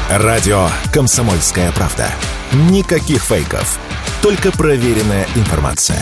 Радио «Комсомольская правда». Никаких фейков. Только проверенная информация.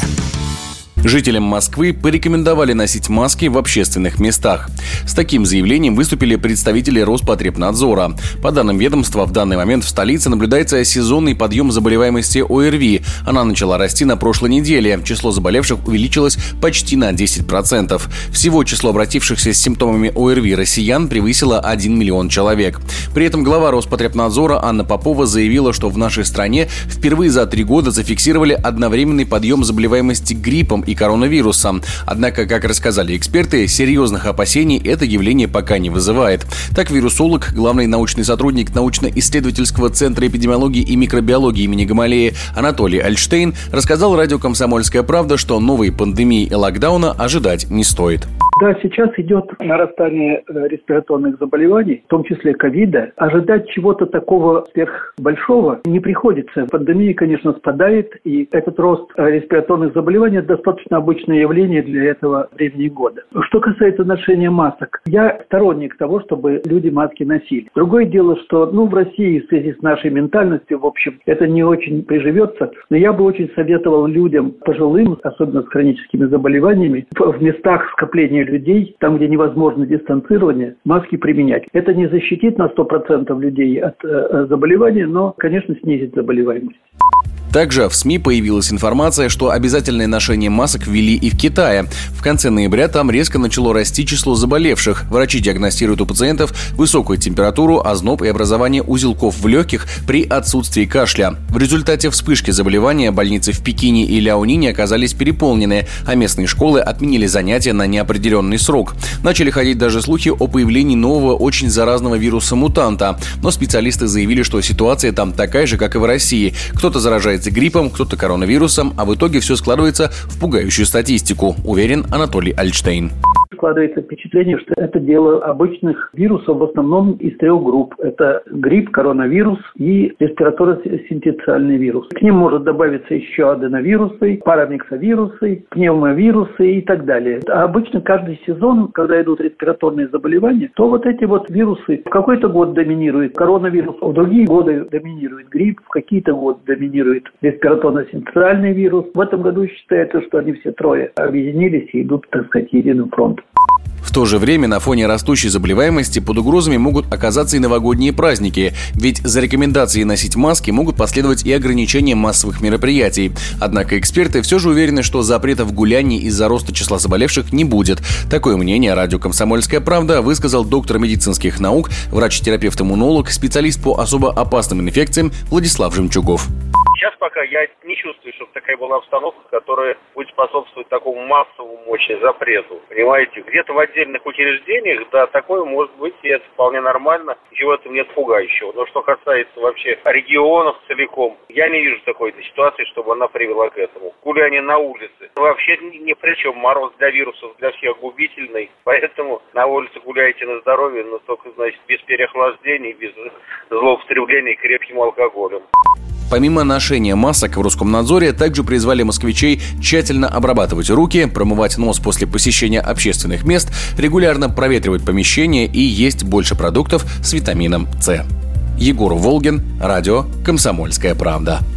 Жителям Москвы порекомендовали носить маски в общественных местах. С таким заявлением выступили представители Роспотребнадзора. По данным ведомства, в данный момент в столице наблюдается сезонный подъем заболеваемости ОРВИ. Она начала расти на прошлой неделе. Число заболевших увеличилось почти на 10%. Всего число обратившихся с симптомами ОРВИ россиян превысило 1 миллион человек. При этом глава Роспотребнадзора Анна Попова заявила, что в нашей стране впервые за 3 года зафиксировали одновременный подъем заболеваемости гриппом и коронавирусом. Однако, как рассказали эксперты, серьезных опасений это явление пока не вызывает. Так, вирусолог, главный научный сотрудник научно-исследовательского центра эпидемиологии и микробиологии имени Гамалеи Анатолий Альтштейн рассказал радио «Комсомольская правда», что новой пандемии и локдауна ожидать не стоит. Да, сейчас идет нарастание респираторных заболеваний, в том числе ковида. Ожидать чего-то такого сверхбольшого не приходится. Пандемия, конечно, спадает, и этот рост респираторных заболеваний – достаточно обычное явление для этого времени года. Что касается ношения масок, я сторонник того, чтобы люди маски носили. Другое дело, что в России в связи с нашей ментальностью, в общем, это не очень приживется, но я бы очень советовал людям, пожилым, особенно с хроническими заболеваниями, в местах скопления людей, там, где невозможно дистанцирование, маски применять. Это не защитит на 100% людей от заболевания, но, конечно, снизит заболеваемость. Также в СМИ появилась информация, что обязательное ношение масок ввели и в Китае. В конце ноября там резко начало расти число заболевших. Врачи диагностируют у пациентов высокую температуру, озноб и образование узелков в легких при отсутствии кашля. В результате вспышки заболевания больницы в Пекине и Ляонине оказались переполнены, а местные школы отменили занятия на неопределенный срок. Начали ходить даже слухи о появлении нового очень заразного вируса-мутанта. Но специалисты заявили, что ситуация там такая же, как и в России. Кто-то заражается гриппом, кто-то коронавирусом, а в итоге все складывается в пугающую статистику, уверен Анатолий Альтштейн. Складывается впечатление, что это дело обычных вирусов, в основном из 3 групп. Это грипп, коронавирус и респираторно-синтециальный вирус. К ним может добавиться еще аденовирусы, парамиксовирусы, пневмовирусы и так далее. А обычно каждый сезон, когда идут респираторные заболевания, то вот эти вот вирусы в какой-то год доминирует коронавирус, а в другие годы доминирует грипп, в какие-то годы доминирует респираторно-синтециальный вирус. В этом году считается, что они все 3 объединились и идут, так сказать, единым фронтом. В то же время на фоне растущей заболеваемости под угрозами могут оказаться и новогодние праздники, ведь за рекомендацией носить маски могут последовать и ограничения массовых мероприятий. Однако эксперты все же уверены, что запретов гуляний из-за роста числа заболевших не будет. Такое мнение радио «Комсомольская правда» высказал доктор медицинских наук, врач-терапевт-иммунолог, специалист по особо опасным инфекциям Владислав Жемчугов. Сейчас пока я не чувствую, чтобы такая была обстановка, которая будет способствовать такому массовому очень запрету. Понимаете, где-то в отдельных учреждениях, да, такое может быть, и это вполне нормально, ничего в этом нет пугающего. Но что касается вообще регионов целиком, я не вижу такой ситуации, чтобы она привела к этому. Гуляние на улице вообще ни при чем, мороз для вирусов для всех губительный, поэтому на улице гуляйте на здоровье, но только, значит, без переохлаждений, без злоупотребления крепким алкоголем. Помимо ношения масок в Роскомнадзоре также призвали москвичей тщательно обрабатывать руки, промывать нос после посещения общественных мест, регулярно проветривать помещения и есть больше продуктов с витамином С. Егор Волгин, радио «Комсомольская правда».